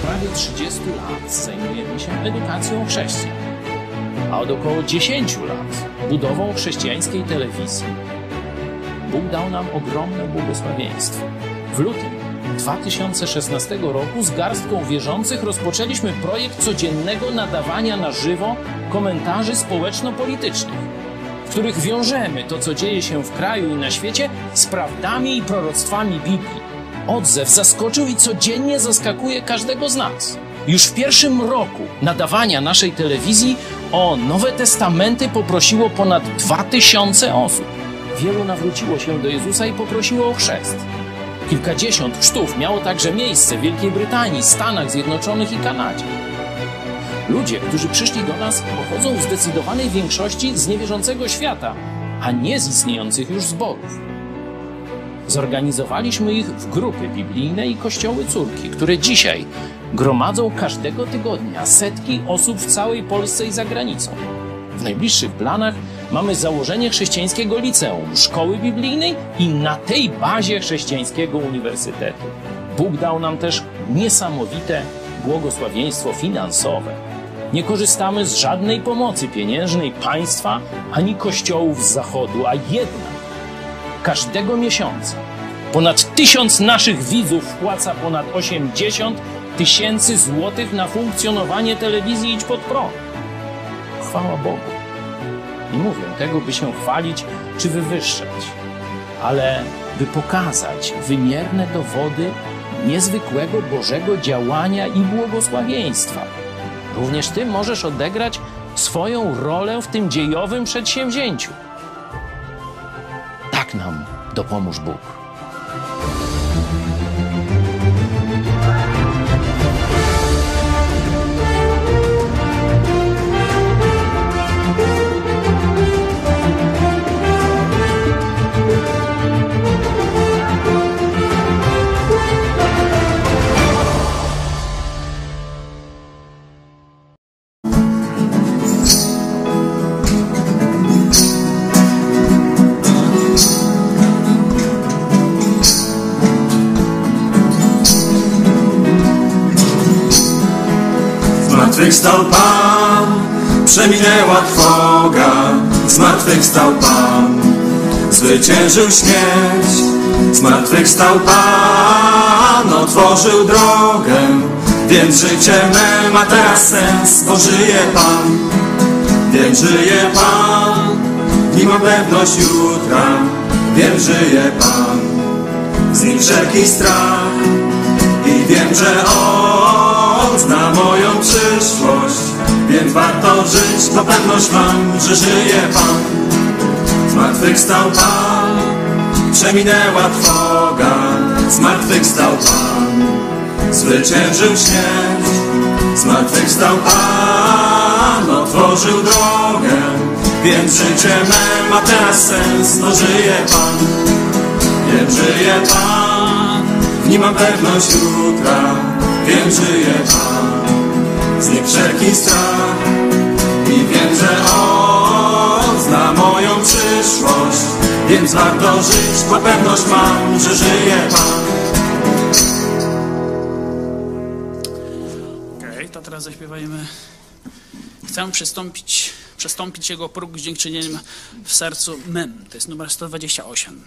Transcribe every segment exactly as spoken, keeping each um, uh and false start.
prawie trzydziestu lat zajmujemy się edukacją chrześcijan, a od około dziesięciu lat budową chrześcijańskiej telewizji. Bóg dał nam ogromne błogosławieństwo. W lutym dwa tysiące szesnastego roku z garstką wierzących rozpoczęliśmy projekt codziennego nadawania na żywo komentarzy społeczno-politycznych, w których wiążemy to, co dzieje się w kraju i na świecie, z prawdami i proroctwami Biblii. Odzew zaskoczył i codziennie zaskakuje każdego z nas. Już w pierwszym roku nadawania naszej telewizji o Nowe Testamenty poprosiło ponad dwa tysiące osób. Wielu nawróciło się do Jezusa i poprosiło o chrzest. Kilkadziesiąt chrztów miało także miejsce w Wielkiej Brytanii, Stanach Zjednoczonych i Kanadzie. Ludzie, którzy przyszli do nas, pochodzą w zdecydowanej większości z niewierzącego świata, a nie z istniejących już zborów. Zorganizowaliśmy ich w grupy biblijne i kościoły córki, które dzisiaj gromadzą każdego tygodnia setki osób w całej Polsce i za granicą. W najbliższych planach mamy założenie chrześcijańskiego liceum, szkoły biblijnej i na tej bazie chrześcijańskiego uniwersytetu. Bóg dał nam też niesamowite błogosławieństwo finansowe. Nie korzystamy z żadnej pomocy pieniężnej państwa ani kościołów z zachodu, a jednak każdego miesiąca ponad tysiąc naszych widzów wpłaca ponad osiemdziesiąt tysięcy złotych na funkcjonowanie telewizji Idź Pod Prąd. Chwała Bogu. Nie mówię tego, by się chwalić czy wywyższać, ale by pokazać wymierne dowody niezwykłego Bożego działania i błogosławieństwa. Również Ty możesz odegrać swoją rolę w tym dziejowym przedsięwzięciu. Tak nam dopomóż Bóg. Zmartwychwstał Pan, przeminęła trwoga. Zmartwychwstał Pan, zwyciężył śmierć. Zmartwychwstał Pan, otworzył drogę, więc życie me ma teraz sens, bo żyje Pan. Więc żyje Pan, i mam pewność jutra. Wiem, żyje Pan, z nim wszelki strach. I wiem, że On zna moją przyszłość, więc warto żyć, bo pewność mam, że żyje Pan. Zmartwychwstał Pan, przeminęła trwoga. Zmartwychwstał Pan, zwyciężył śmierć. Zmartwychwstał Pan, otworzył drogę, więc życie me ma teraz sens, bo żyje Pan. Wiem, żyje Pan, w nim mam pewność jutra. Wiem, żyje Pan, z nim wszelki strach. I wiem, że On zna moją przyszłość, więc warto żyć, bo pewność mam, że żyje Pan. Okej, okay, to teraz zaśpiewajmy. Chcę przystąpić, przestąpić Jego próg z dziękczynieniem w sercu mym. To jest numer sto dwadzieścia osiem.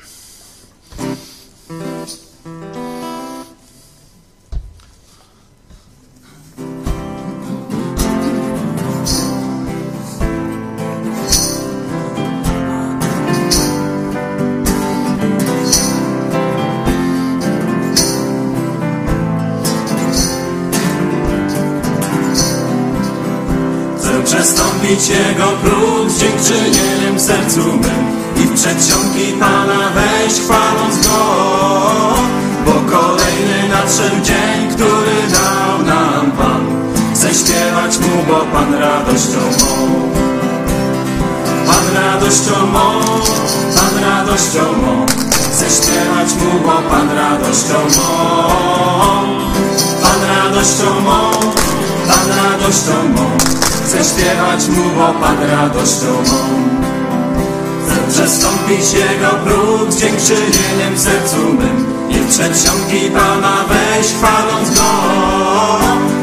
Przestąpić Jego próg z dziękczynieniem w sercu mym i w przedsionki Pana wejść, chwaląc Go, bo kolejny nadszedł dzień, który dał nam Pan. Chcę śpiewać Mu, bo Pan radością mą, Pan radością mą, Pan radością mą. Chcę śpiewać Mu, bo Pan radością mą, Pan radością mą, Pan radością mą. Chcę śpiewać Mu, bo Pan radością mą. Chcę przestąpić Jego próg z dziękczynieniem w sercu mym i w przedsionki Pana wejść, chwaląc Go,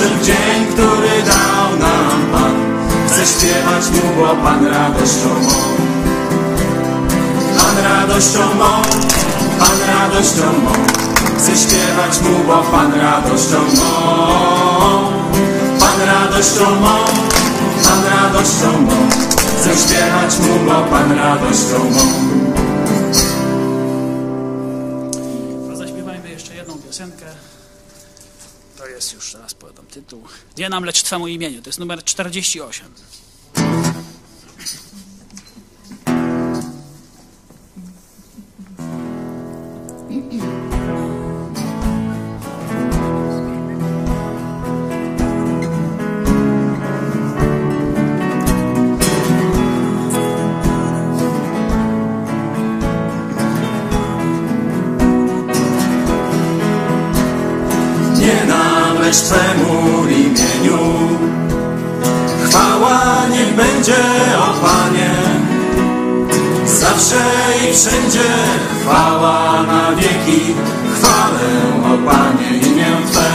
nadszedł dzień, który dał nam Pan. Chcę śpiewać Mu, bo Pan radością mą. Pan radością mą, Pan radością mą. Chcę śpiewać Mu, bo Pan radością mą. Pan radością mą, Pan radością mą. Chcę śpiewać Mu, bo Pan radością mą. No, zaśpiewajmy jeszcze jedną piosenkę. To jest już, teraz podam tytuł. Nie nam, lecz Twemu imieniu. To jest numer czterdzieści osiem. Lecz Twemu imieniu chwała niech będzie, o Panie. Zawsze i wszędzie chwała na wieki. Chwalę, o Panie, imię Twe.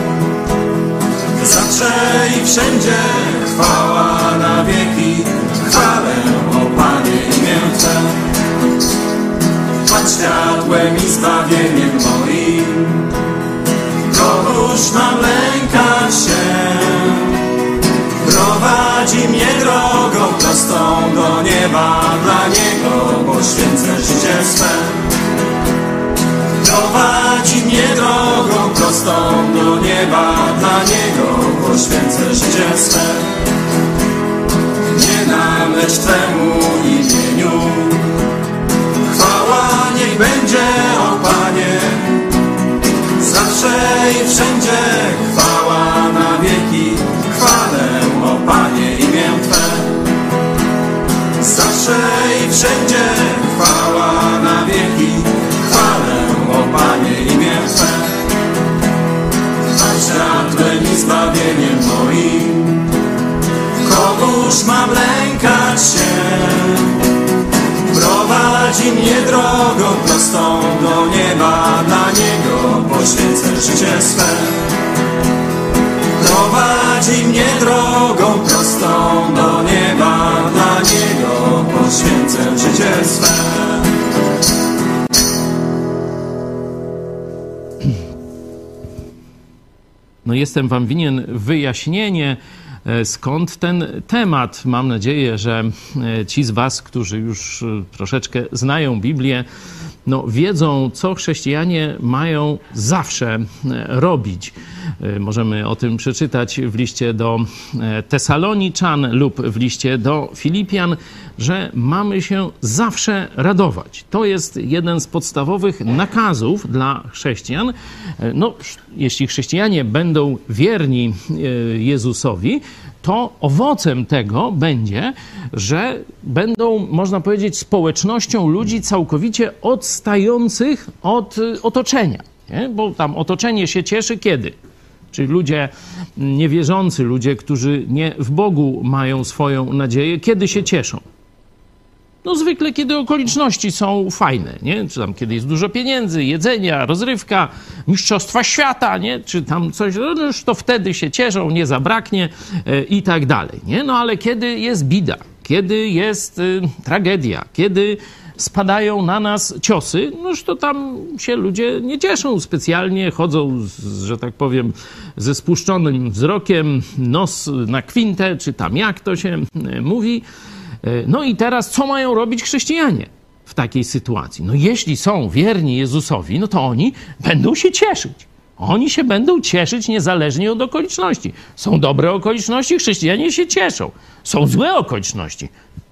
Zawsze i wszędzie chwała na wieki. Chwalę, o Panie, imię Twe. Pan światłem i zbawieniem moim. Kogoż mam lękać się? Prowadzi mnie drogą prostą do nieba. Dla Niego poświęcę życie swe. Prowadzi mnie drogą prostą do nieba. Dla Niego poświęcę życie swe. Nie nam, lecz Twemu imieniu chwała niech będzie, o Panie. Zawsze i wszędzie chwała na wieki. Chwalę, o Panie, imię Twe. Zawsze i wszędzie chwała na wieki. Chwalę, o Panie, imię Twe. Pan światłem i zbawieniem moim. Kogóż mam lękać się? Prowadzi mnie drogą prostą do nieba. Dla Niego poświęcę życie swe. Prowadzi mnie drogą prostą do nieba. Dla Niego poświęcę życie swe. No jestem wam winien wyjaśnienie, skąd ten temat. Mam nadzieję, że ci z was, którzy już troszeczkę znają Biblię, no wiedzą, co chrześcijanie mają zawsze robić. Możemy o tym przeczytać w liście do Tesaloniczan lub w liście do Filipian, że mamy się zawsze radować. To jest jeden z podstawowych nakazów dla chrześcijan. No, jeśli chrześcijanie będą wierni Jezusowi, to owocem tego będzie, że będą, można powiedzieć, społecznością ludzi całkowicie odstających od otoczenia. Nie? Bo tam otoczenie się cieszy kiedy? Czyli ludzie niewierzący, ludzie, którzy nie w Bogu mają swoją nadzieję, kiedy się cieszą? No zwykle, kiedy okoliczności są fajne, nie? Czy tam kiedy jest dużo pieniędzy, jedzenia, rozrywka, mistrzostwa świata, nie? Czy tam coś, no już to wtedy się cieszą, nie zabraknie e, i tak dalej, nie? No ale kiedy jest bida, kiedy jest y, tragedia, kiedy spadają na nas ciosy, noż to tam się ludzie nie cieszą specjalnie, chodzą, z, że tak powiem, ze spuszczonym wzrokiem, nos na kwintę, czy tam jak to się y, mówi. No i teraz co mają robić chrześcijanie w takiej sytuacji? No jeśli są wierni Jezusowi, no to oni będą się cieszyć. Oni się będą cieszyć niezależnie od okoliczności. Są dobre okoliczności, chrześcijanie się cieszą. Są złe okoliczności.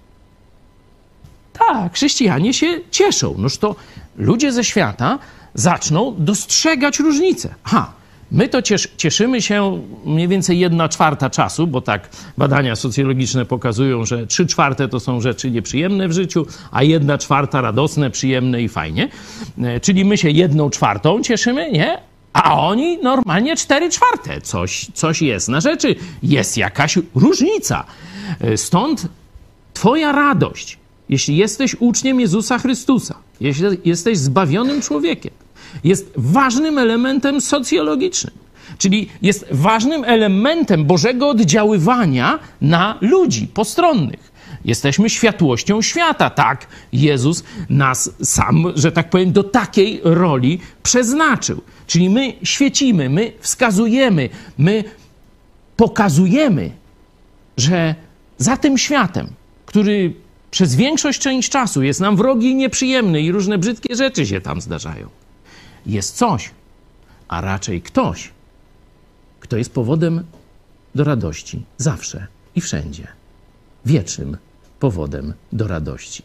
Tak, chrześcijanie się cieszą. Noż to ludzie ze świata zaczną dostrzegać różnice. Aha, my to ciesz, cieszymy się mniej więcej jedna czwarta czasu, bo tak badania socjologiczne pokazują, że trzy czwarte to są rzeczy nieprzyjemne w życiu, a jedna czwarta radosne, przyjemne i fajnie. Czyli my się jedną czwartą cieszymy, nie? A oni normalnie cztery czwarte. Coś, coś jest na rzeczy. Jest jakaś różnica. Stąd twoja radość, jeśli jesteś uczniem Jezusa Chrystusa, jeśli jesteś zbawionym człowiekiem, jest ważnym elementem socjologicznym. Czyli jest ważnym elementem Bożego oddziaływania na ludzi postronnych. Jesteśmy światłością świata. Tak, Jezus nas sam, że tak powiem, do takiej roli przeznaczył. Czyli my świecimy, my wskazujemy, my pokazujemy, że za tym światem, który przez większość część czasu jest nam wrogi i nieprzyjemny i różne brzydkie rzeczy się tam zdarzają, jest coś, a raczej ktoś, kto jest powodem do radości zawsze i wszędzie. Wiecznym powodem do radości.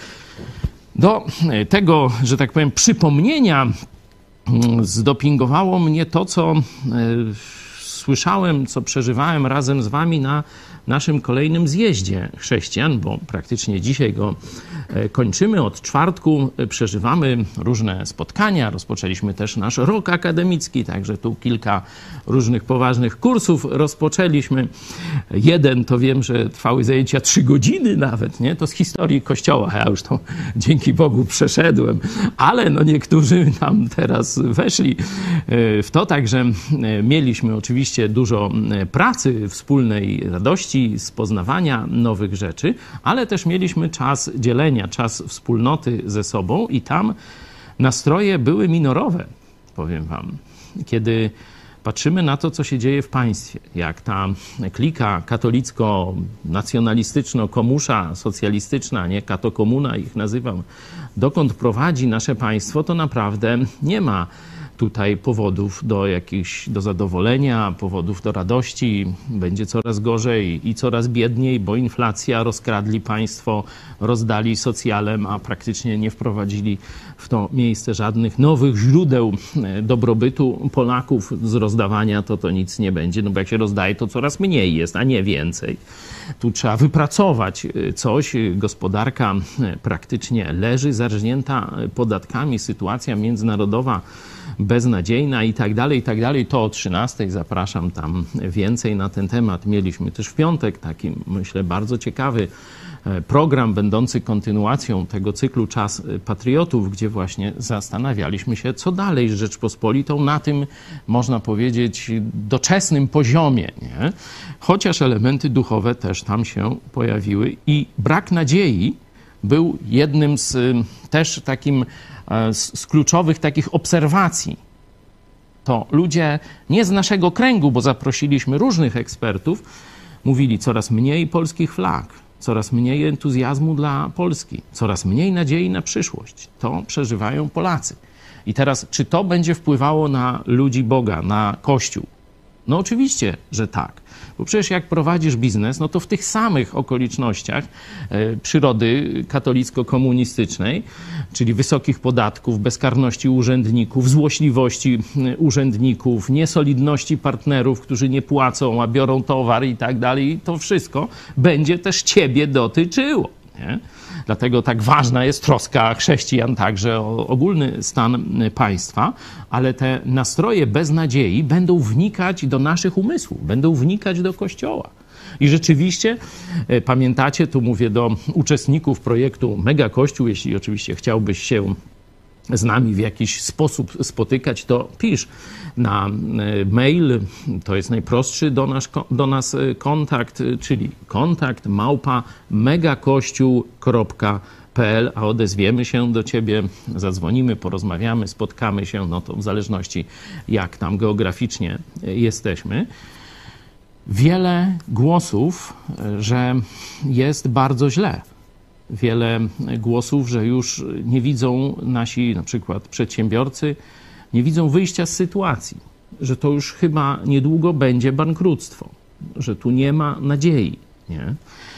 Do tego, że tak powiem, przypomnienia zdopingowało mnie to, co słyszałem, co przeżywałem razem z wami na naszym kolejnym zjeździe chrześcijan, bo praktycznie dzisiaj go kończymy. Od czwartku przeżywamy różne spotkania. Rozpoczęliśmy też nasz rok akademicki, także tu kilka różnych poważnych kursów rozpoczęliśmy. Jeden to wiem, że trwały zajęcia trzy godziny nawet, nie? To z historii Kościoła. Ja już to dzięki Bogu przeszedłem, ale no niektórzy tam teraz weszli w to, także mieliśmy oczywiście dużo pracy, wspólnej radości, z poznawania nowych rzeczy, ale też mieliśmy czas dzielenia, czas wspólnoty ze sobą i tam nastroje były minorowe, powiem wam. Kiedy patrzymy na to, co się dzieje w państwie, jak ta klika katolicko-nacjonalistyczno-komusza, socjalistyczna, nie, katokomuna ich nazywam, dokąd prowadzi nasze państwo, to naprawdę nie ma tutaj powodów do jakichś, do zadowolenia, powodów do radości. Będzie coraz gorzej i coraz biedniej, bo inflacja, rozkradli państwo, rozdali socjalem, a praktycznie nie wprowadzili w to miejsce żadnych nowych źródeł dobrobytu Polaków. Z rozdawania to to nic nie będzie, no bo jak się rozdaje, to coraz mniej jest, a nie więcej. Tu trzeba wypracować coś. Gospodarka praktycznie leży, zarżnięta podatkami, sytuacja międzynarodowa beznadziejna i tak dalej, i tak dalej. To o trzynastej zapraszam tam więcej na ten temat. Mieliśmy też w piątek taki, myślę, bardzo ciekawy program będący kontynuacją tego cyklu Czas Patriotów, gdzie właśnie zastanawialiśmy się, co dalej z Rzeczpospolitą na tym, można powiedzieć, doczesnym poziomie, nie? Chociaż elementy duchowe też tam się pojawiły i brak nadziei był jednym z też takim z, z kluczowych takich obserwacji. To ludzie nie z naszego kręgu, bo zaprosiliśmy różnych ekspertów, mówili coraz mniej polskich flag, coraz mniej entuzjazmu dla Polski, coraz mniej nadziei na przyszłość. To przeżywają Polacy. I teraz, czy to będzie wpływało na ludzi Boga, na Kościół? No oczywiście, że tak. Bo przecież jak prowadzisz biznes, no to w tych samych okolicznościach e, przyrody katolicko-komunistycznej, czyli wysokich podatków, bezkarności urzędników, złośliwości urzędników, niesolidności partnerów, którzy nie płacą, a biorą towar i tak dalej, to wszystko będzie też ciebie dotyczyło, nie? Dlatego tak ważna jest troska chrześcijan także o ogólny stan państwa, ale te nastroje beznadziei będą wnikać do naszych umysłów, będą wnikać do Kościoła. I rzeczywiście, pamiętacie, tu mówię do uczestników projektu Mega Kościół, jeśli oczywiście chciałbyś się z nami w jakiś sposób spotykać, to pisz na mail, to jest najprostszy do nas, do nas kontakt, czyli kontakt małpa megakościół kropka p l, a odezwiemy się do ciebie, zadzwonimy, porozmawiamy, spotkamy się, no to w zależności jak tam geograficznie jesteśmy. Wiele głosów, że jest bardzo źle. Wiele głosów, że już nie widzą nasi na przykład przedsiębiorcy, nie widzą wyjścia z sytuacji, że to już chyba niedługo będzie bankructwo, że tu nie ma nadziei, nie?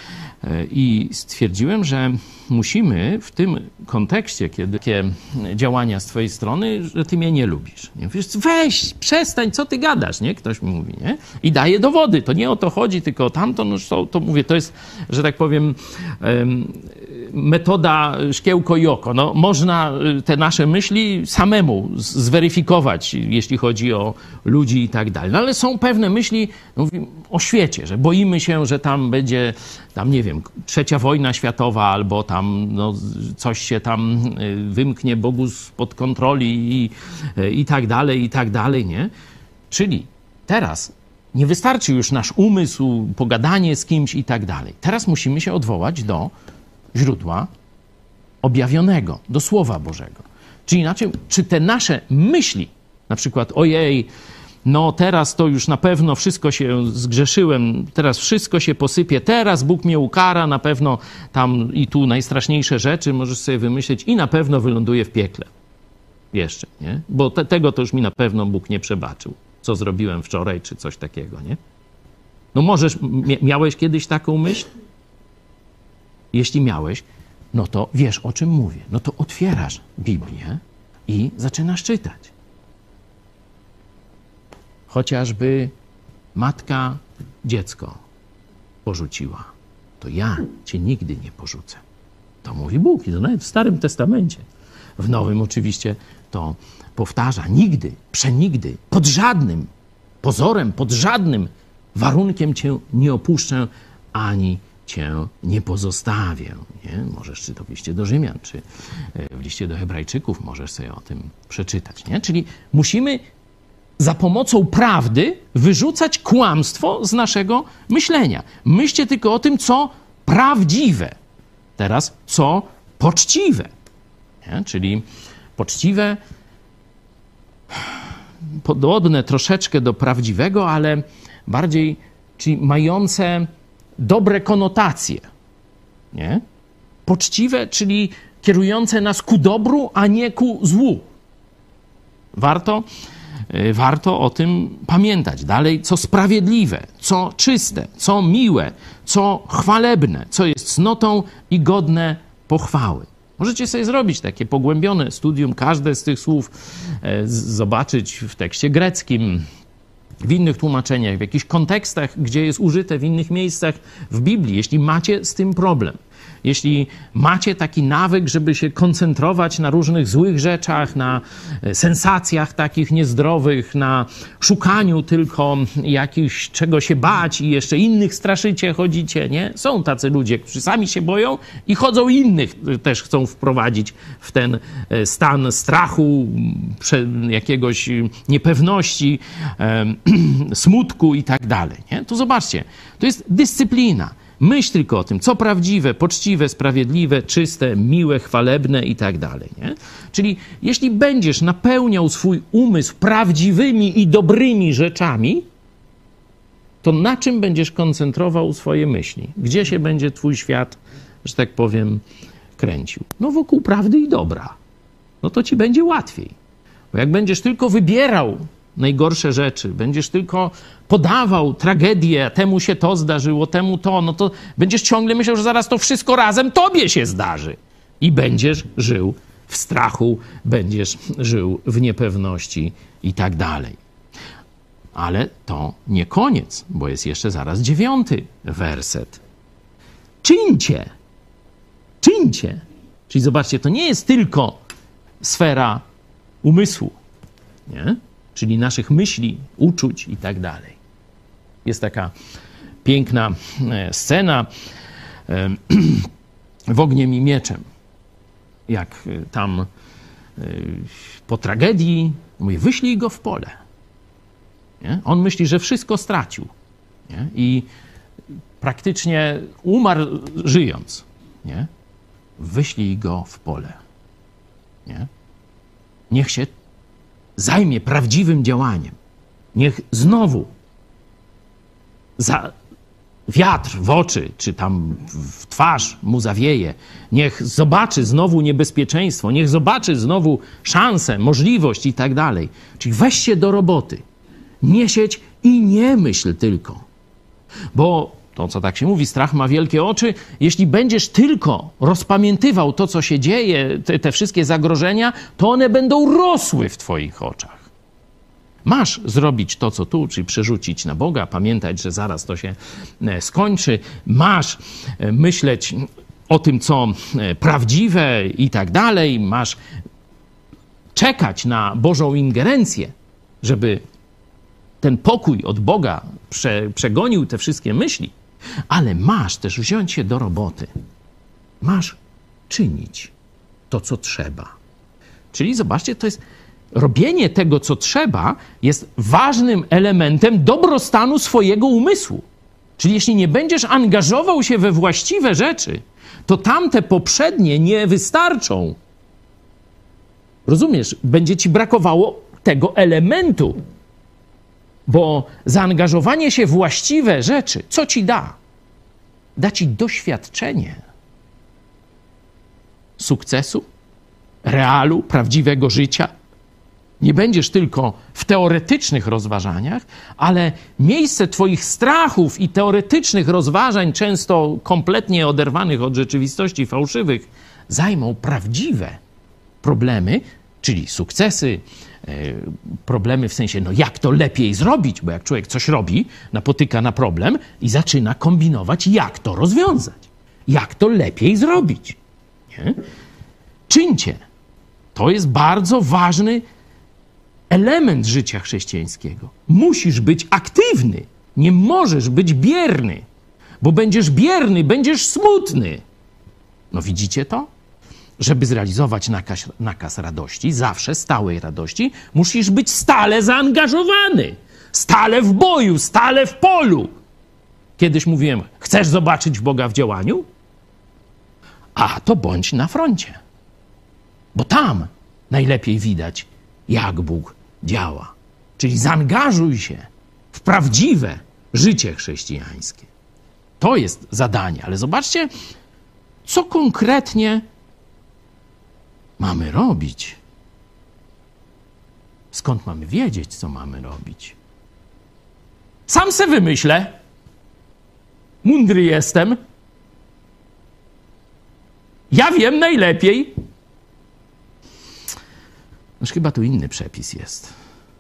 I stwierdziłem, że musimy w tym kontekście, kiedy takie działania z twojej strony, że ty mnie nie lubisz. Nie? Wiesz, weź, przestań, co ty gadasz, nie? Ktoś mi mówi, nie? I daje dowody. To nie o to chodzi, tylko o tamto, no to, to mówię, to jest, że tak powiem, um, metoda szkiełko i oko. No, można te nasze myśli samemu zweryfikować, jeśli chodzi o ludzi i tak dalej. No, ale są pewne myśli, no, o świecie, że boimy się, że tam będzie, tam nie wiem, trzecia wojna światowa albo tam no, coś się tam wymknie Bogu spod kontroli i, i tak dalej, i tak dalej, nie? Czyli teraz nie wystarczy już nasz umysł, pogadanie z kimś i tak dalej. Teraz musimy się odwołać do źródła objawionego, do Słowa Bożego. Czy inaczej, czy te nasze myśli, na przykład ojej, no teraz to już na pewno wszystko się zgrzeszyłem, teraz wszystko się posypie, teraz Bóg mnie ukara, na pewno tam i tu najstraszniejsze rzeczy możesz sobie wymyśleć i na pewno wyląduję w piekle. Jeszcze, nie? Bo te, tego to już mi na pewno Bóg nie przebaczył, co zrobiłem wczoraj, czy coś takiego, nie? No możesz, miałeś kiedyś taką myśl? Jeśli miałeś, no to wiesz, o czym mówię. No to otwierasz Biblię i zaczynasz czytać. Chociażby matka dziecko porzuciła, to ja cię nigdy nie porzucę. To mówi Bóg i to nawet w Starym Testamencie. W Nowym oczywiście to powtarza. Nigdy, przenigdy, pod żadnym pozorem, pod żadnym warunkiem cię nie opuszczę, ani cię nie pozostawię. Nie? Możesz, czy to w liście do Rzymian, czy w liście do Hebrajczyków możesz sobie o tym przeczytać. Nie? Czyli musimy za pomocą prawdy wyrzucać kłamstwo z naszego myślenia. Myślcie tylko o tym, co prawdziwe. Teraz, co poczciwe. Nie? Czyli poczciwe, podobne troszeczkę do prawdziwego, ale bardziej, czyli mające dobre konotacje. Nie? Poczciwe, czyli kierujące nas ku dobru, a nie ku złu. Warto, warto o tym pamiętać. Dalej, co sprawiedliwe, co czyste, co miłe, co chwalebne, co jest cnotą i godne pochwały. Możecie sobie zrobić takie pogłębione studium, każde z tych słów e, zobaczyć w tekście greckim, w innych tłumaczeniach, w jakichś kontekstach, gdzie jest użyte w innych miejscach w Biblii, jeśli macie z tym problem. Jeśli macie taki nawyk, żeby się koncentrować na różnych złych rzeczach, na sensacjach takich niezdrowych, na szukaniu tylko jakichś, czego się bać i jeszcze innych straszycie, chodzicie, nie? Są tacy ludzie, którzy sami się boją i chodzą innych, też chcą wprowadzić w ten stan strachu, jakiegoś niepewności, smutku i tak dalej, nie? To zobaczcie, to jest dyscyplina. Myśl tylko o tym, co prawdziwe, poczciwe, sprawiedliwe, czyste, miłe, chwalebne i tak dalej. Nie? Czyli jeśli będziesz napełniał swój umysł prawdziwymi i dobrymi rzeczami, to na czym będziesz koncentrował swoje myśli? Gdzie się będzie twój świat, że tak powiem, kręcił? No wokół prawdy i dobra. No to ci będzie łatwiej. Bo jak będziesz tylko wybierał najgorsze rzeczy, będziesz tylko podawał tragedię, temu się to zdarzyło, temu to, no to będziesz ciągle myślał, że zaraz to wszystko razem tobie się zdarzy. I będziesz żył w strachu, będziesz żył w niepewności i tak dalej. Ale to nie koniec, bo jest jeszcze zaraz dziewiąty werset. Czyńcie, czyńcie. Czyli zobaczcie, to nie jest tylko sfera umysłu, nie? Czyli naszych myśli, uczuć i tak dalej. Jest taka piękna scena w Ogniem i Mieczem. Jak tam po tragedii mówi, wyślij go w pole. Nie? On myśli, że wszystko stracił. Nie? I praktycznie umarł żyjąc. Nie? Wyślij go w pole. Nie? Niech się zajmie prawdziwym działaniem. Niech znowu za wiatr w oczy, czy tam w twarz mu zawieje. Niech zobaczy znowu niebezpieczeństwo. Niech zobaczy znowu szansę, możliwość i tak dalej. Czyli weź się do roboty. Nie siedź i nie myśl tylko. Bo to, co tak się mówi, strach ma wielkie oczy. Jeśli będziesz tylko rozpamiętywał to, co się dzieje, te, te wszystkie zagrożenia, to one będą rosły w twoich oczach. Masz zrobić to, co tu, czyli przerzucić na Boga, pamiętać, że zaraz to się skończy. Masz myśleć o tym, co prawdziwe i tak dalej. Masz czekać na Bożą ingerencję, żeby ten pokój od Boga prze, przegonił te wszystkie myśli. Ale masz też wziąć się do roboty. Masz czynić to, co trzeba. Czyli zobaczcie, to jest robienie tego, co trzeba, jest ważnym elementem dobrostanu swojego umysłu. Czyli jeśli nie będziesz angażował się we właściwe rzeczy, to tamte poprzednie nie wystarczą. Rozumiesz? Będzie ci brakowało tego elementu. Bo zaangażowanie się w właściwe rzeczy, co ci da? Da ci doświadczenie sukcesu, realu, prawdziwego życia. Nie będziesz tylko w teoretycznych rozważaniach, ale miejsce twoich strachów i teoretycznych rozważań, często kompletnie oderwanych od rzeczywistości, fałszywych, zajmą prawdziwe problemy, czyli sukcesy, problemy w sensie, no jak to lepiej zrobić, bo jak człowiek coś robi, napotyka na problem i zaczyna kombinować, jak to rozwiązać, jak to lepiej zrobić. Nie? Czyńcie. To jest bardzo ważny element życia chrześcijańskiego. Musisz być aktywny, nie możesz być bierny, bo będziesz bierny, będziesz smutny. No widzicie to? Żeby zrealizować nakaz, nakaz radości, zawsze stałej radości, musisz być stale zaangażowany, stale w boju, stale w polu. Kiedyś mówiłem, chcesz zobaczyć Boga w działaniu? A to bądź na froncie, bo tam najlepiej widać, jak Bóg działa. Czyli zaangażuj się w prawdziwe życie chrześcijańskie. To jest zadanie, ale zobaczcie, co konkretnie mamy robić. Skąd mamy wiedzieć, co mamy robić? Sam se wymyślę. Mądry jestem. Ja wiem najlepiej. Noż chyba tu inny przepis jest.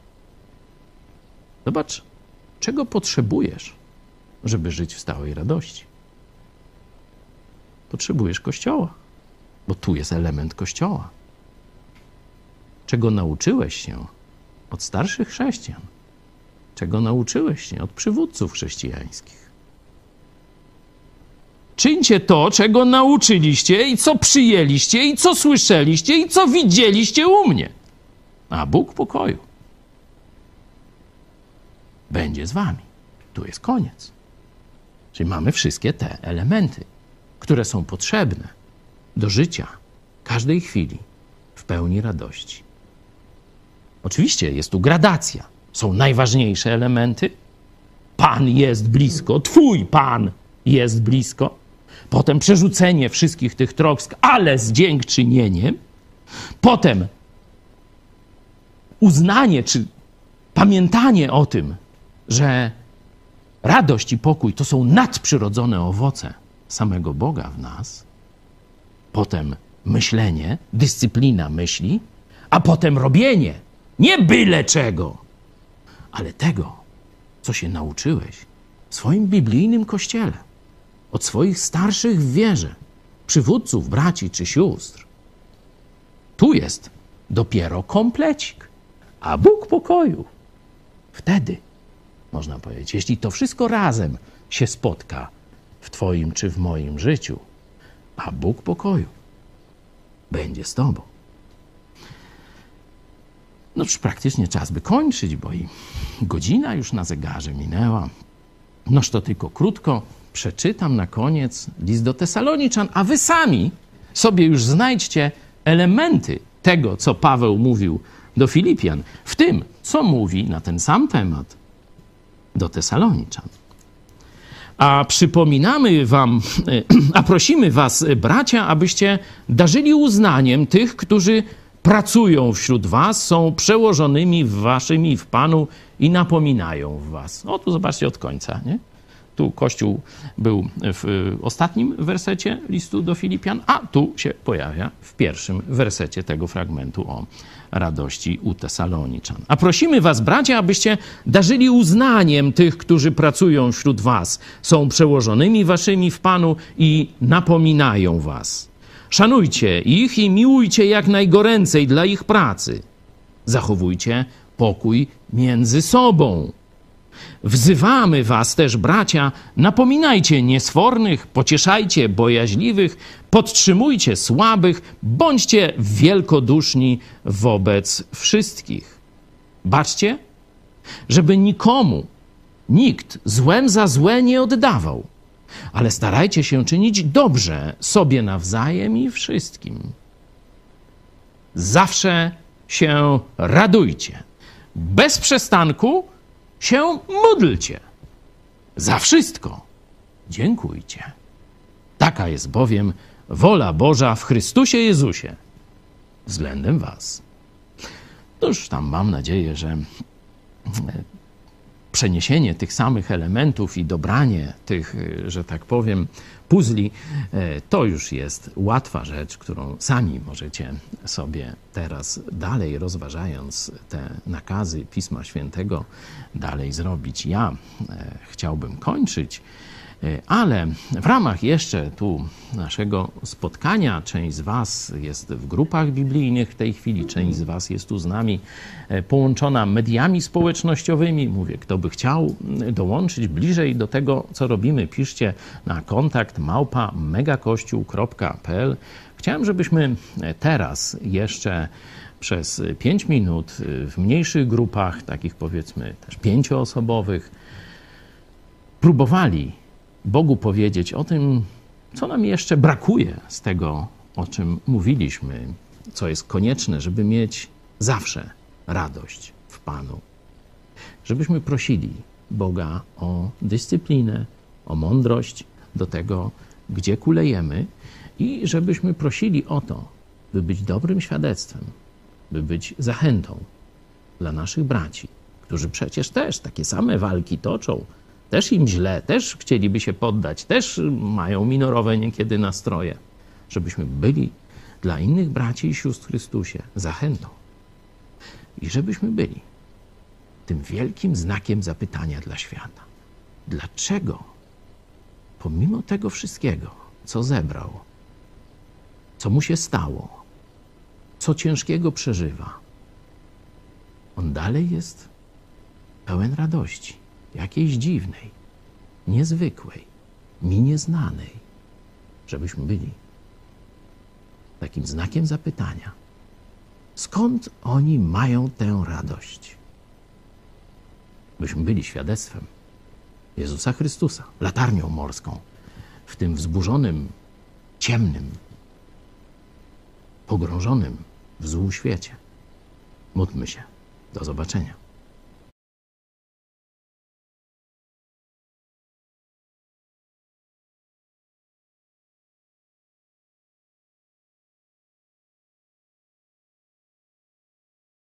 Zobacz, czego potrzebujesz, żeby żyć w stałej radości. Potrzebujesz Kościoła, bo tu jest element Kościoła. Czego nauczyłeś się od starszych chrześcijan? Czego nauczyłeś się od przywódców chrześcijańskich? Czyńcie to, czego nauczyliście i co przyjęliście i co słyszeliście i co widzieliście u mnie. A Bóg pokoju będzie z wami. Tu jest koniec. Czyli mamy wszystkie te elementy, które są potrzebne do życia każdej chwili w pełni radości. Oczywiście jest tu gradacja. Są najważniejsze elementy. Pan jest blisko, Twój Pan jest blisko. Potem przerzucenie wszystkich tych trosk, ale z dziękczynieniem. Potem uznanie czy pamiętanie o tym, że radość i pokój to są nadprzyrodzone owoce samego Boga w nas. Potem myślenie, dyscyplina myśli, a potem robienie. Nie byle czego, ale tego, co się nauczyłeś w swoim biblijnym kościele, od swoich starszych w wierze, przywódców, braci czy sióstr. Tu jest dopiero komplecik, a Bóg pokoju. Wtedy, można powiedzieć, jeśli to wszystko razem się spotka w twoim czy w moim życiu, a Bóg pokoju będzie z tobą. No już praktycznie czas by kończyć, bo i godzina już na zegarze minęła. Noż to tylko krótko przeczytam na koniec list do Tesaloniczan, a wy sami sobie już znajdźcie elementy tego, co Paweł mówił do Filipian, w tym, co mówi na ten sam temat do Tesaloniczan. A przypominamy wam, a prosimy was, bracia, abyście darzyli uznaniem tych, którzy pracują wśród was, są przełożonymi waszymi w Panu i napominają was. O, tu zobaczcie od końca, nie? Tu Kościół był w ostatnim wersecie listu do Filipian, a tu się pojawia w pierwszym wersecie tego fragmentu o radości u Tesaloniczan. A prosimy was, bracia, abyście darzyli uznaniem tych, którzy pracują wśród was, są przełożonymi waszymi w Panu i napominają was. Szanujcie ich i miłujcie jak najgoręcej dla ich pracy. Zachowujcie pokój między sobą. Wzywamy was też, bracia, napominajcie niesfornych, pocieszajcie bojaźliwych, podtrzymujcie słabych, bądźcie wielkoduszni wobec wszystkich. Baczcie, żeby nikomu nikt złem za złe nie oddawał, ale starajcie się czynić dobrze sobie nawzajem i wszystkim. Zawsze się radujcie. Bez przestanku się módlcie. Za wszystko dziękujcie. Taka jest bowiem wola Boża w Chrystusie Jezusie względem was. To już tam mam nadzieję, że przeniesienie tych samych elementów i dobranie tych, że tak powiem, puzli, to już jest łatwa rzecz, którą sami możecie sobie teraz dalej rozważając te nakazy Pisma Świętego dalej zrobić. Ja chciałbym kończyć, ale w ramach jeszcze tu naszego spotkania, część z was jest w grupach biblijnych w tej chwili, część z was jest tu z nami połączona mediami społecznościowymi. Mówię, kto by chciał dołączyć bliżej do tego, co robimy, piszcie na kontakt małpa megakościół kropka p l. Chciałem, żebyśmy teraz jeszcze przez pięć minut w mniejszych grupach, takich powiedzmy też pięcioosobowych, próbowali Bogu powiedzieć o tym, co nam jeszcze brakuje z tego, o czym mówiliśmy, co jest konieczne, żeby mieć zawsze radość w Panu. Żebyśmy prosili Boga o dyscyplinę, o mądrość do tego, gdzie kulejemy i żebyśmy prosili o to, by być dobrym świadectwem, by być zachętą dla naszych braci, którzy przecież też takie same walki toczą, też im źle, też chcieliby się poddać, też mają minorowe niekiedy nastroje, żebyśmy byli dla innych braci i sióstr w Chrystusie zachętą i żebyśmy byli tym wielkim znakiem zapytania dla świata. Dlaczego pomimo tego wszystkiego, co zebrał, co mu się stało, co ciężkiego przeżywa, on dalej jest pełen radości, jakiejś dziwnej, niezwykłej, mi nieznanej, żebyśmy byli takim znakiem zapytania. Skąd oni mają tę radość? Byśmy byli świadectwem Jezusa Chrystusa, latarnią morską w tym wzburzonym, ciemnym, pogrążonym w złu świecie. Módlmy się. Do zobaczenia.